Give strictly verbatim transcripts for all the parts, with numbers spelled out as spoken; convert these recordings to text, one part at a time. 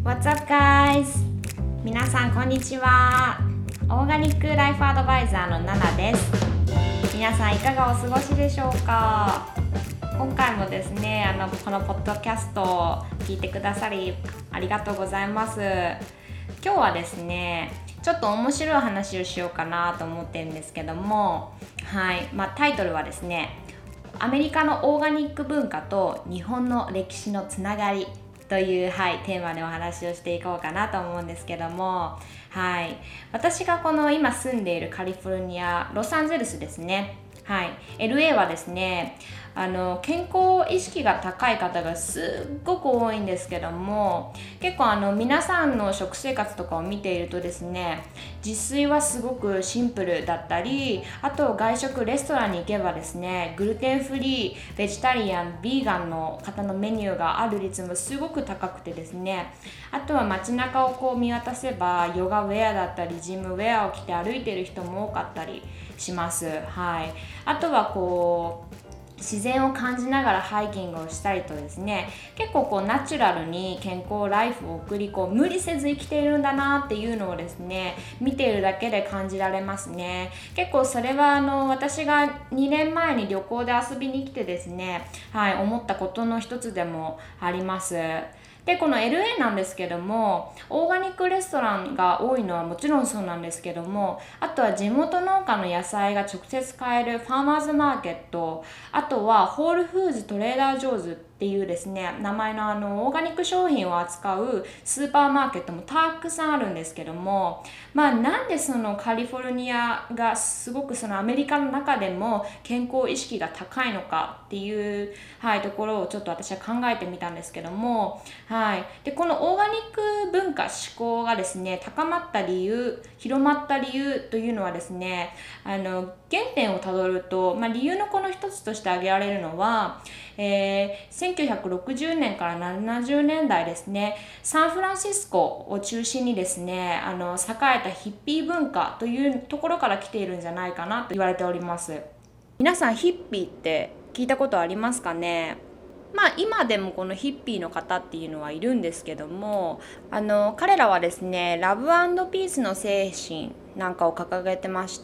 What's up guys? 皆さんこんにちは。オーガニックライフアドバイザーのナナです。皆さんいかがお過ごしでしょうか。今回もですね、あのこのポッドキャストを聞いてくださりありがとうございます。今日はですね、ちょっと面白い話をしようかなと思ってるんですけども、はい、まあ、タイトルはですね、アメリカのオーガニック文化と日本の歴史のつながりという、はい、テーマでお話をしていこうかなと思うんですけども、はい、私がこの今住んでいるカリフォルニア、ロサンゼルスですね。はい、エルエー はですね、あの健康意識が高い方がすっごく多いんですけども、結構あの皆さんの食生活とかを見ているとですね、自炊はすごくシンプルだったり、あと外食レストランに行けばですね、グルテンフリー、ベジタリアン、ビーガンの方のメニューがある率もすごく高くてですね、あとは街中をこう見渡せばヨガウェアだったりジムウェアを着て歩いている人も多かったりします。はい、あとはこう自然を感じながらハイキングをしたりとですね、結構こうナチュラルに健康ライフを送り、こう無理せず生きているんだなっていうのをですね、見ているだけで感じられますね。結構それはあの私がにねんまえに旅行で遊びに来てですね、はい、思ったことの一つでもあります。でこの エルエー なんですけども、オーガニックレストランが多いのはもちろんそうなんですけども、あとは地元農家の野菜が直接買えるファーマーズマーケット、あとはホールフーズトレーダー・ジョーズっていうですね、名前のあのオーガニック商品を扱うスーパーマーケットもたくさんあるんですけども、まあなんでそのカリフォルニアがすごくそのアメリカの中でも健康意識が高いのかっていう、はい、ところをちょっと私は考えてみたんですけども、はい、でこのオーガニック文化思考がですね高まった理由、広まった理由というのはですね、あの原点をたどると、まあ、理由のこの一つとして挙げられるのは、えー、せんきゅうひゃくろくじゅうねんからななじゅうねんだいですね、サンフランシスコを中心にですね、あの栄えたヒッピー文化というところから来ているんじゃないかなと言われております。皆さんヒッピーって聞いたことありますかね。まあ今でもこのヒッピーの方っていうのはいるんですけども、あの彼らはですね、ラブ&ピースの精神なんかを掲げてまして、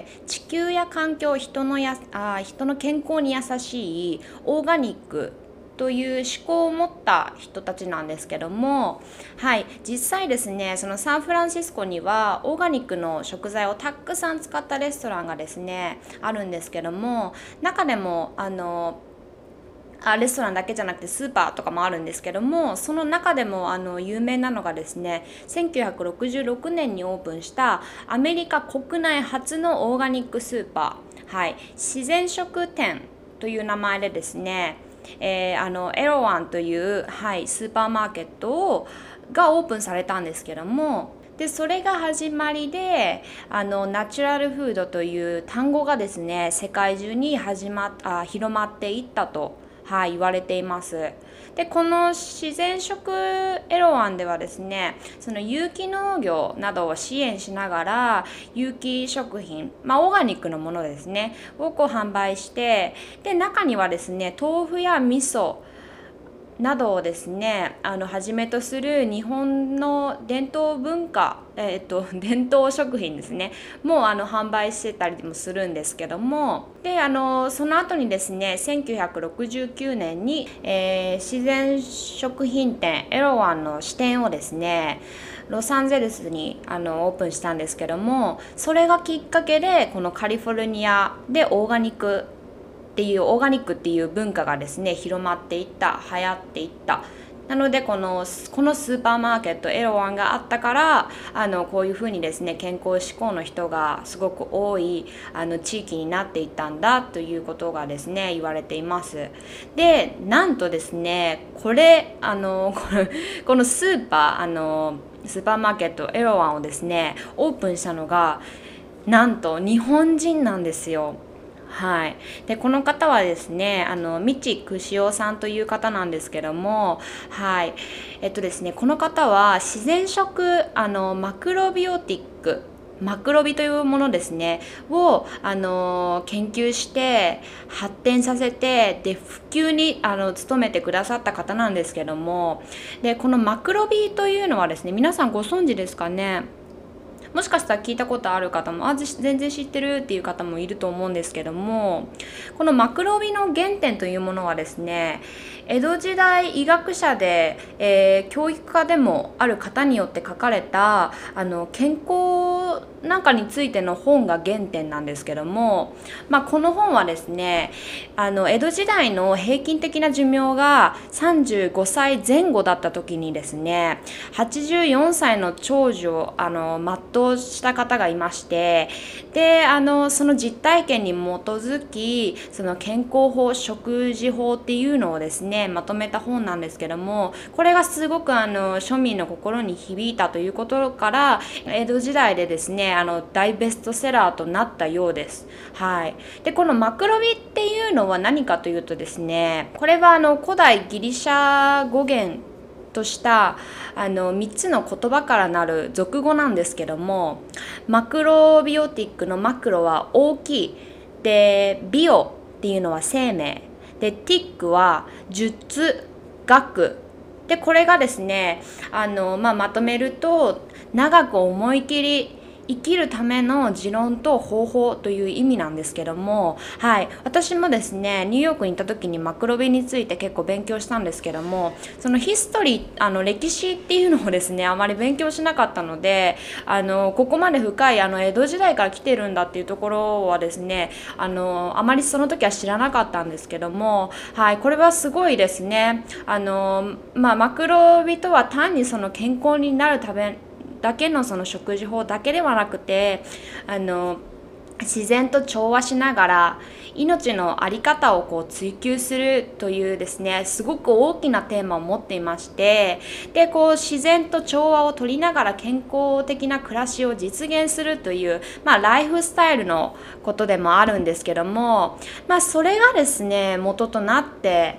地球や環境、人のやあ人の健康に優しいオーガニックという思考を持った人たちなんですけども、はい、実際ですね、そのサンフランシスコにはオーガニックの食材をたくさん使ったレストランがですねあるんですけども、中でもあのあレストランだけじゃなくてスーパーとかもあるんですけども、その中でもあの有名なのがですね、せんきゅうひゃくろくじゅうろくねんにオープンしたアメリカ国内初のオーガニックスーパー、はい、自然食店という名前でですね、えー、あのエロワンという、はい、スーパーマーケットをがオープンされたんですけども、でそれが始まりで、あのナチュラルフードという単語がですね世界中に始まあ広まっていったと、はい、言われています。でこの自然食エロワンではですね、その有機農業などを支援しながら有機食品、まあ、オーガニックのものですねをこう販売して、で中にはですね豆腐や味噌などをですねあのはじめとする日本の伝統文化、えー、っと伝統食品ですねもうあの販売してたりもするんですけども、であのその後にですねせんきゅうひゃくろくじゅうきゅうねんに、えー、自然食品店エロワンの支店をですねロサンゼルスにあのオープンしたんですけども、それがきっかけでこのカリフォルニアでオーガニックっていうオーガニックっていう文化がですね広まっていった、流行っていった。なのでこのこのスーパーマーケットエロワンがあったから、あのこういうふうにですね健康志向の人がすごく多いあの地域になっていったんだということがですね言われています。でなんとですねこれあのこのこのスーパーあのスーパーマーケットエロワンをですねオープンしたのがなんと日本人なんですよ。はい、でこの方はですねあの道串夫さんという方なんですけども、はい、えっとですねこの方は自然食あのマクロビオティックマクロビというものですねを、あの研究して発展させて、で普及にあの努めてくださった方なんですけども、でこのマクロビというのはですね、皆さんご存知ですかね。もしかしたら聞いたことある方も、あ全然知ってるっていう方もいると思うんですけども、このマクロビの原点というものはですね、江戸時代医学者で、えー、教育家でもある方によって書かれたあの健康なんかについての本が原点なんですけども、まあ、この本はですね、あの江戸時代の平均的な寿命がさんじゅうごさいぜん後だった時にですね、はちじゅうよんさいの長寿をあの全うした方がいまして、であのその実体験に基づき、その健康法、食事法っていうのをですねまとめた本なんですけども、これがすごくあの庶民の心に響いたということから、江戸時代でですねあの大ベストセラーとなったようです。はい、でこのマクロビっていうのは何かというとですね、これはあの古代ギリシャ語源としたあのみっつの言葉からなる俗語なんですけども、マクロビオティックのマクロは大きいで、ビオっていうのは生命で、ティックは術学で、これがですねあの、まあ、まとめると、長く思い切り生きるための持論と方法という意味なんですけども、はい、私もですねニューヨークに行った時にマクロビについて結構勉強したんですけども、そのヒストリー、あの歴史っていうのをですねあまり勉強しなかったので、あのここまで深いあの江戸時代から来てるんだっていうところはですね、あのあまりその時は知らなかったんですけども、はい、これはすごいですね。あの、まあ、マクロビとは単にその健康になるためだけのその食事法だけではなくて、あの自然と調和しながら命の在り方をこう追求するというですねすごく大きなテーマを持っていまして、でこう自然と調和を取りながら健康的な暮らしを実現するという、まあ、ライフスタイルのことでもあるんですけども、まあ、それがですね元となって、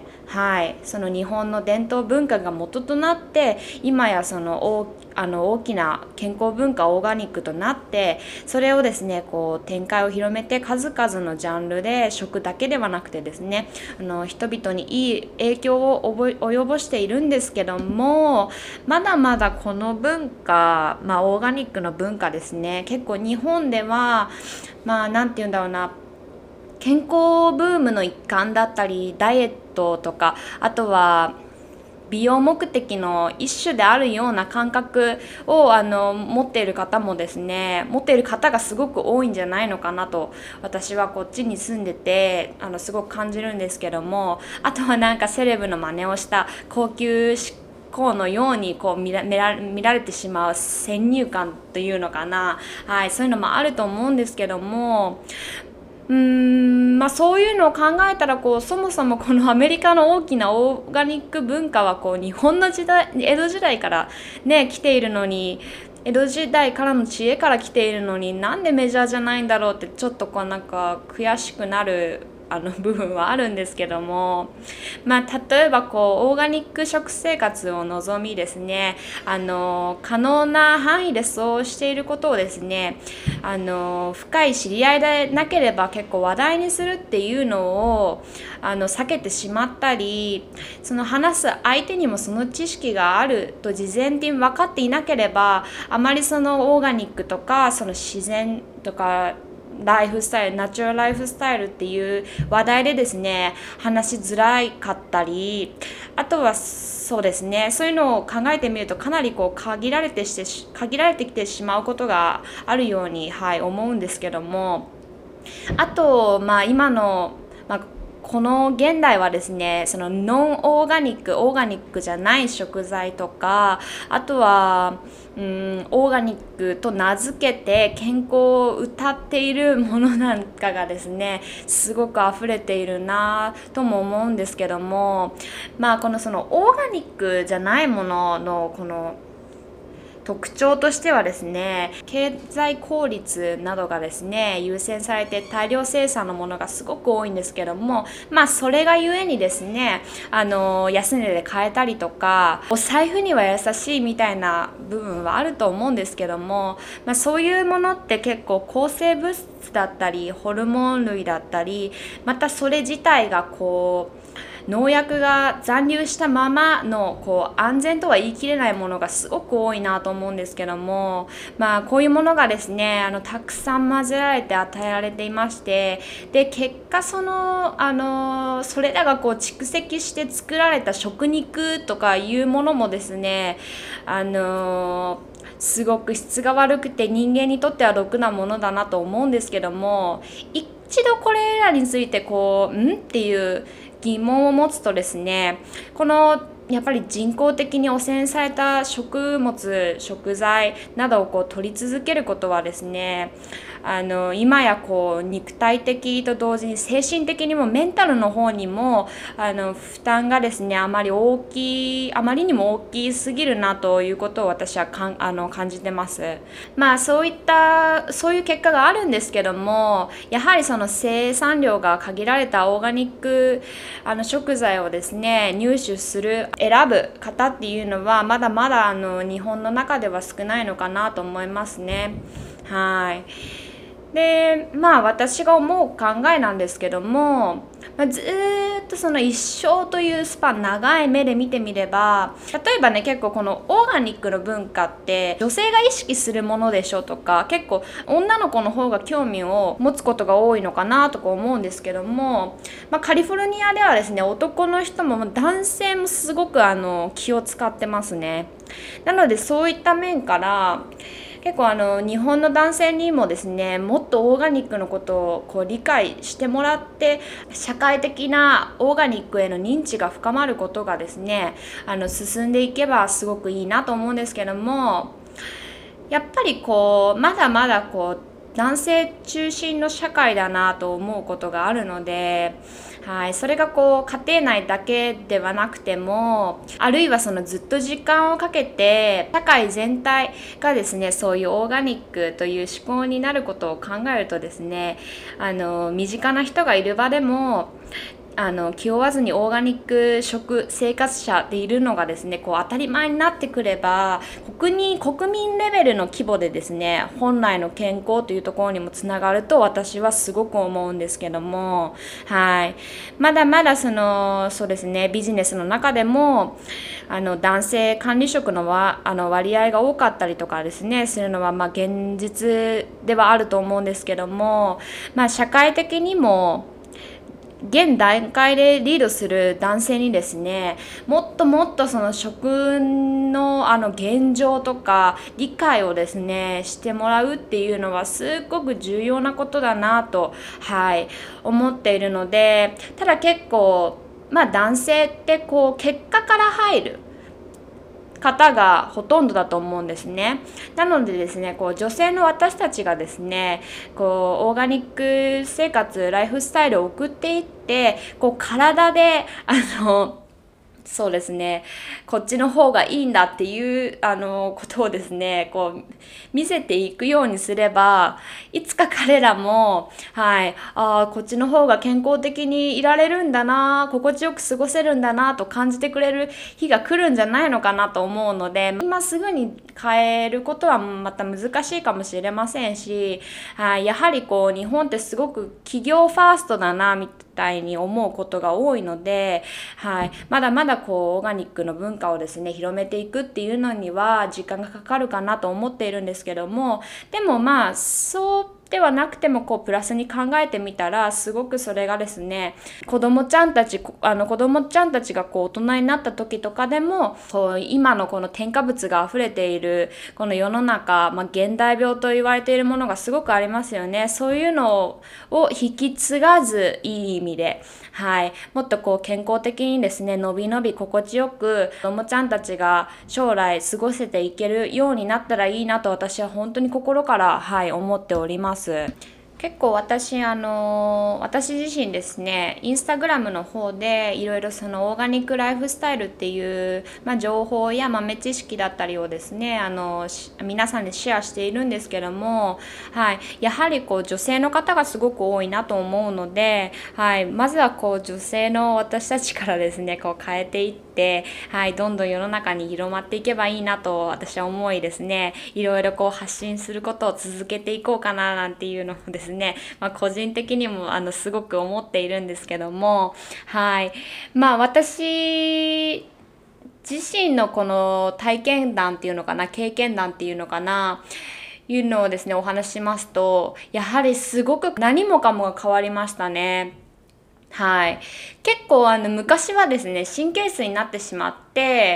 はい、その日本の伝統文化が元となって、今やその 大, あの大きな健康文化オーガニックとなって、それをですねこう展開を広めて、数々のジャンルで食だけではなくてですね、あの人々にいい影響を及ぼしているんですけども、まだまだこの文化、まあ、オーガニックの文化ですね、結構日本ではまあなんて言うんだろうな、健康ブームの一環だったり、ダイエットとか、あとは美容目的の一種であるような感覚をあの持っている方もですね持っている方がすごく多いんじゃないのかなと、私はこっちに住んでてあのすごく感じるんですけども、あとはなんかセレブの真似をした高級志向のようにこう見ら、見ら、見られてしまう先入観というのかな、はい、そういうのもあると思うんですけども、うーんまあ、そういうのを考えたらこう、そもそもこのアメリカの大きなオーガニック文化はこう日本の時代、江戸時代から、ね、来ているのに、江戸時代からの知恵から来ているのに、なんでメジャーじゃないんだろうって、ちょっとこうなんか悔しくなるあの部分はあるんですけども、まあ、例えばこうオーガニック食生活を望みですね、あの可能な範囲でそうしていることをですね、あの深い知り合いでなければ結構話題にするっていうのをあの避けてしまったり、その話す相手にもその知識があると事前に分かっていなければ、あまりそのオーガニックとかその自然とかライフスタイル、ナチュラルライフスタイルっていう話題でですね話しづらかったり、あとはそうですね、そういうのを考えてみるとかなりこう限られてして限られてきてしまうことがあるように、はい、思うんですけども、あと、まあ、今の、まあこの現代はですね、そのノンオーガニック、オーガニックじゃない食材とか、あとはうんオーガニックと名付けて健康を謳っているものなんかがですね、すごく溢れているなとも思うんですけども、まあこのそのオーガニックじゃないもののこの特徴としてはですね、経済効率などがですね優先されて大量生産のものがすごく多いんですけども、まあそれがゆえにですね、あの安値で買えたりとかお財布には優しいみたいな部分はあると思うんですけども、まあ、そういうものって結構抗生物質だったりホルモン類だったり、またそれ自体がこう農薬が残留したままのこう安全とは言い切れないものがすごく多いなと思うんですけども、まあこういうものがですねあのたくさん混ぜられて与えられていまして、で結果そのあのそれらがこう蓄積して作られた食肉とかいうものもですねあのすごく質が悪くて人間にとっては毒なものだなと思うんですけども、一度これらについてこう「ん?」っていう疑問を持つとですね、このやっぱり人工的に汚染された食物食材などをこう取り続けることはですね、あの今やこう肉体的と同時に精神的にもメンタルの方にもあの負担がですねあまり大きいあまりにも大きすぎるなということを私はかんあの感じてます。まあそういったそういう結果があるんですけども、やはりその生産量が限られたオーガニックあの食材をですね入手する選ぶ方っていうのはまだまだあの日本の中では少ないのかなと思いますね。はい。でまあ私が思う考えなんですけども、まあ、ずっとその一生というスパン長い目で見てみれば、例えばね結構このオーガニックの文化って女性が意識するものでしょとか、結構女の子の方が興味を持つことが多いのかなとか思うんですけども、まあ、カリフォルニアではですね男の人も男性もすごくあの気を使ってますね。なのでそういった面から結構あの日本の男性にもですねもっとオーガニックのことをこう理解してもらって、社会的なオーガニックへの認知が深まることがですねあの進んでいけばすごくいいなと思うんですけども、やっぱりこうまだまだこう男性中心の社会だなと思うことがあるので、はい、それがこう家庭内だけではなくても、あるいはそのずっと時間をかけて社会全体がですねそういうオーガニックという思考になることを考えるとですね、あの身近な人がいる場でもあの気負わずにオーガニック食生活者でいるのがですねこう当たり前になってくれば、国に国民レベルの規模でですね本来の健康というところにもつながると私はすごく思うんですけども、はい、まだまだそのそうですねビジネスの中でもあの男性管理職のわあの割合が多かったりとかですねするのはまあ現実ではあると思うんですけども、まあ、社会的にも現段階でリードする男性にですねもっともっとその食のあの現状とか理解をですねしてもらうっていうのはすっごく重要なことだなと、はい、思っているので、ただ結構まあ男性ってこう結果から入る方がほとんどだと思うんですね。なのでですねこう女性の私たちがですねこうオーガニック生活ライフスタイルを送っていってこう体であのそうですねこっちの方がいいんだっていうあのことをですねこう見せていくようにすれば、いつか彼らもはいあこっちの方が健康的にいられるんだな、心地よく過ごせるんだなと感じてくれる日が来るんじゃないのかなと思うので、今すぐに変えることはまた難しいかもしれませんし、はい、やはりこう日本ってすごく企業ファーストだなみたいに思うことが多いので、はい、まだまだこうオーガニックの文化をですね広めていくっていうのには時間がかかるかなと思っているんですけども、でもまあそうではなくてもこうプラスに考えてみたらすごくそれがですね子どもちゃんたちあの子どもちゃんたちがこう大人になった時とかでもこう今のこの添加物が溢れているこの世の中、まあ、現代病と言われているものがすごくありますよね。そういうのを引き継がずいい意味で、はい、もっとこう健康的にですねのびのび心地よく子どもちゃんたちが将来過ごせていけるようになったらいいなと私は本当に心から、はい、思っております。 結構私あの私自身ですね、インスタグラムの方でいろいろそのオーガニックライフスタイルっていう、まあ、情報や豆知識だったりをですね、あの皆さんにシェアしているんですけども、はい、やはりこう女性の方がすごく多いなと思うので、はい、まずはこう女性の私たちからですね、こう変えていって、はい、どんどん世の中に広まっていけばいいなと私は思いですね、いろいろこう発信することを続けていこうかななんていうのもですね、まあ、個人的にもあのすごく思っているんですけども、はい、まあ私自身のこの体験談っていうのかな、経験談っていうのかな、いうのをですねお話ししますと、やはりすごく何もかもが変わりましたね。はい。結構あの昔はですね、神経質になってしまって、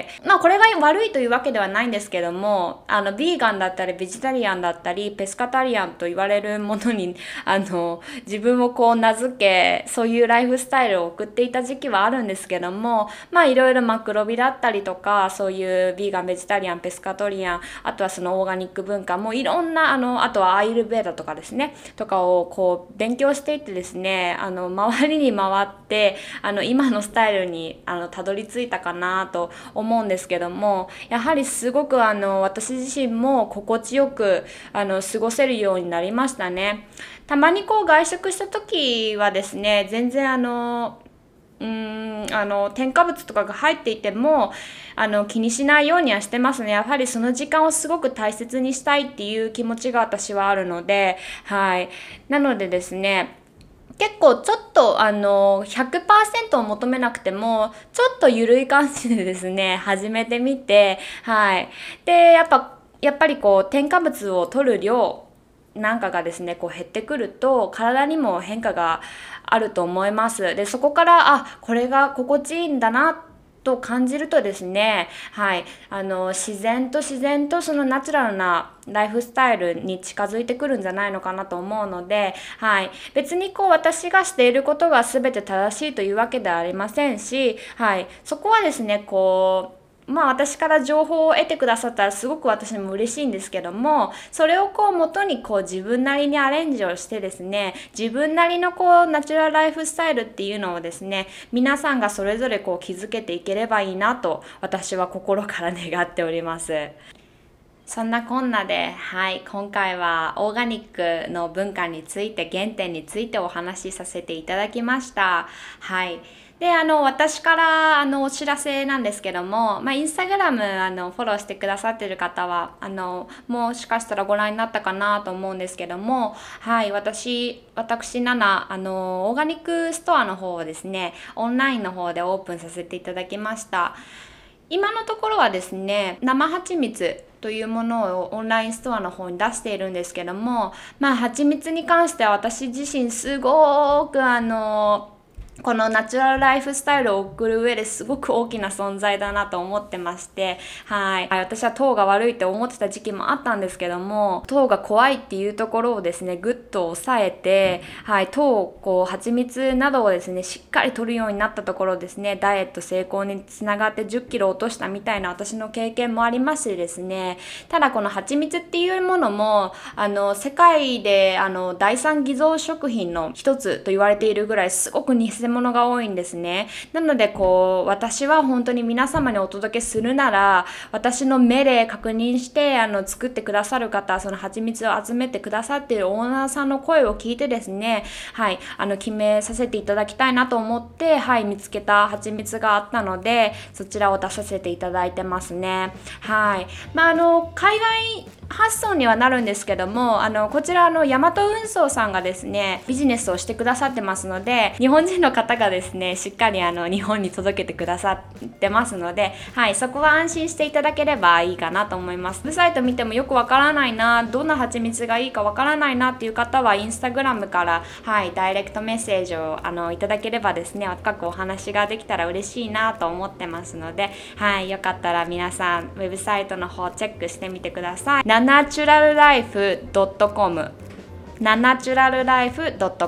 まあこれが悪いというわけではないんですけども、あのビーガンだったりベジタリアンだったりペスカタリアンと言われるものにあの自分をこう名付け、そういうライフスタイルを送っていた時期はあるんですけども、まあいろいろマクロビだったりとか、そういうビーガンベジタリアンペスカトリアン、あとはそのオーガニック文化もいろんな、あのあとはアイルベーダとかですねとかをこう勉強していってですね、あの周りに回ってあの今のスタイルにあのたどり着いたかなと思うんですけども、やはりすごくあの私自身も心地よくあの過ごせるようになりましたね。たまにこう外食した時はですね、全然あのうーんあの添加物とかが入っていてもあの気にしないようにはしてますね。やはりその時間をすごく大切にしたいっていう気持ちが私はあるので、はい、なのでですね、結構ちょっとあの ひゃくパーセント を求めなくてもちょっと緩い感じでですね始めてみて、はい、でやっぱやっぱりこう添加物を取る量なんかがですねこう減ってくると体にも変化があると思います。でそこからあこれが心地いいんだなと感じるとですね、はい、あの自然と自然とそのナチュラルなライフスタイルに近づいてくるんじゃないのかなと思うので、はい、別にこう私がしていることが全て正しいというわけではありませんし、はい、そこはですねこうまあ私から情報を得てくださったらすごく私も嬉しいんですけども、それをこう元にこう自分なりにアレンジをしてですね、自分なりのこうナチュラルライフスタイルっていうのをですね、皆さんがそれぞれこう築けていければいいなと私は心から願っております。そんなこんなで、はい、今回はオーガニックの文化について、原点についてお話しさせていただきました。はい。で、あの、私からあのお知らせなんですけども、まあ、インスタグラムあのフォローしてくださってる方は、あの、もしかしたらご覧になったかなと思うんですけども、はい、私、私、ナナ、あの、オーガニックストアの方をですね、オンラインの方でオープンさせていただきました。今のところはですね、生蜂蜜というものをオンラインストアの方に出しているんですけども、まあ蜂蜜に関しては私自身すごくあのこのナチュラルライフスタイルを送る上ですごく大きな存在だなと思ってまして、はい、私は糖が悪いって思ってた時期もあったんですけども、糖が怖いっていうところをですねぐっと抑えて、はい、糖をこう蜂蜜などをですねしっかり取るようになったところですね、ダイエット成功につながってじゅっキロ落としたみたいな私の経験もありましてですね、ただこの蜂蜜っていうものもあの世界であの第三偽造食品の一つと言われているぐらいすごく偽物ものが多いんですね。なのでこう私は本当に皆様にお届けするなら、私の目で確認してあの作ってくださる方、その蜂蜜を集めてくださっているオーナーさんの声を聞いてですね、はい、あの決めさせていただきたいなと思って、はい、見つけた蜂蜜があったのでそちらを出させていただいてますね。はい、まああの海外発送にはなるんですけども、あのこちらあのヤマト運送さんがですねビジネスをしてくださってますので、日本人の方がですねしっかりあの日本に届けてくださってますので、はい、そこは安心していただければいいかなと思います。ウェブサイト見てもよくわからないな、どんな蜂蜜がいいかわからないなっていう方はインスタグラムから、はい、ダイレクトメッセージをあのいただければですね、深くお話ができたら嬉しいなと思ってますので、はい、よかったら皆さんウェブサイトの方チェックしてみてください。ナナチュラルライフドットコムナナチュラルライフドットコム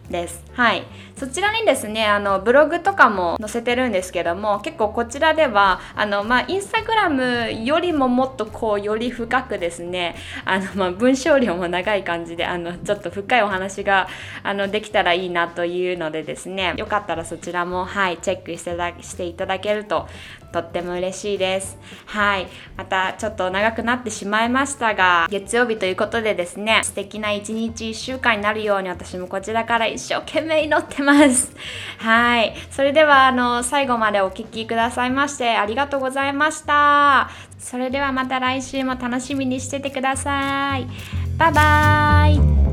です。はい、そちらにですねあのブログとかも載せてるんですけども、結構こちらではあの、まあ、インスタグラムよりももっとこうより深くですねあの、まあ、文章量も長い感じであのちょっと深いお話があのできたらいいなというのでですね、よかったらそちらも、はい、チェックしてだしていただけるととっても嬉しいです。はい、またちょっと長くなってしまいましたが、月曜日ということでですね、素敵な一日一週間になるように私もこちらから一生懸命祈ってます。はい、それではあの最後までお聞きくださいましてありがとうございました。それではまた来週も楽しみにしててください。バイバイ。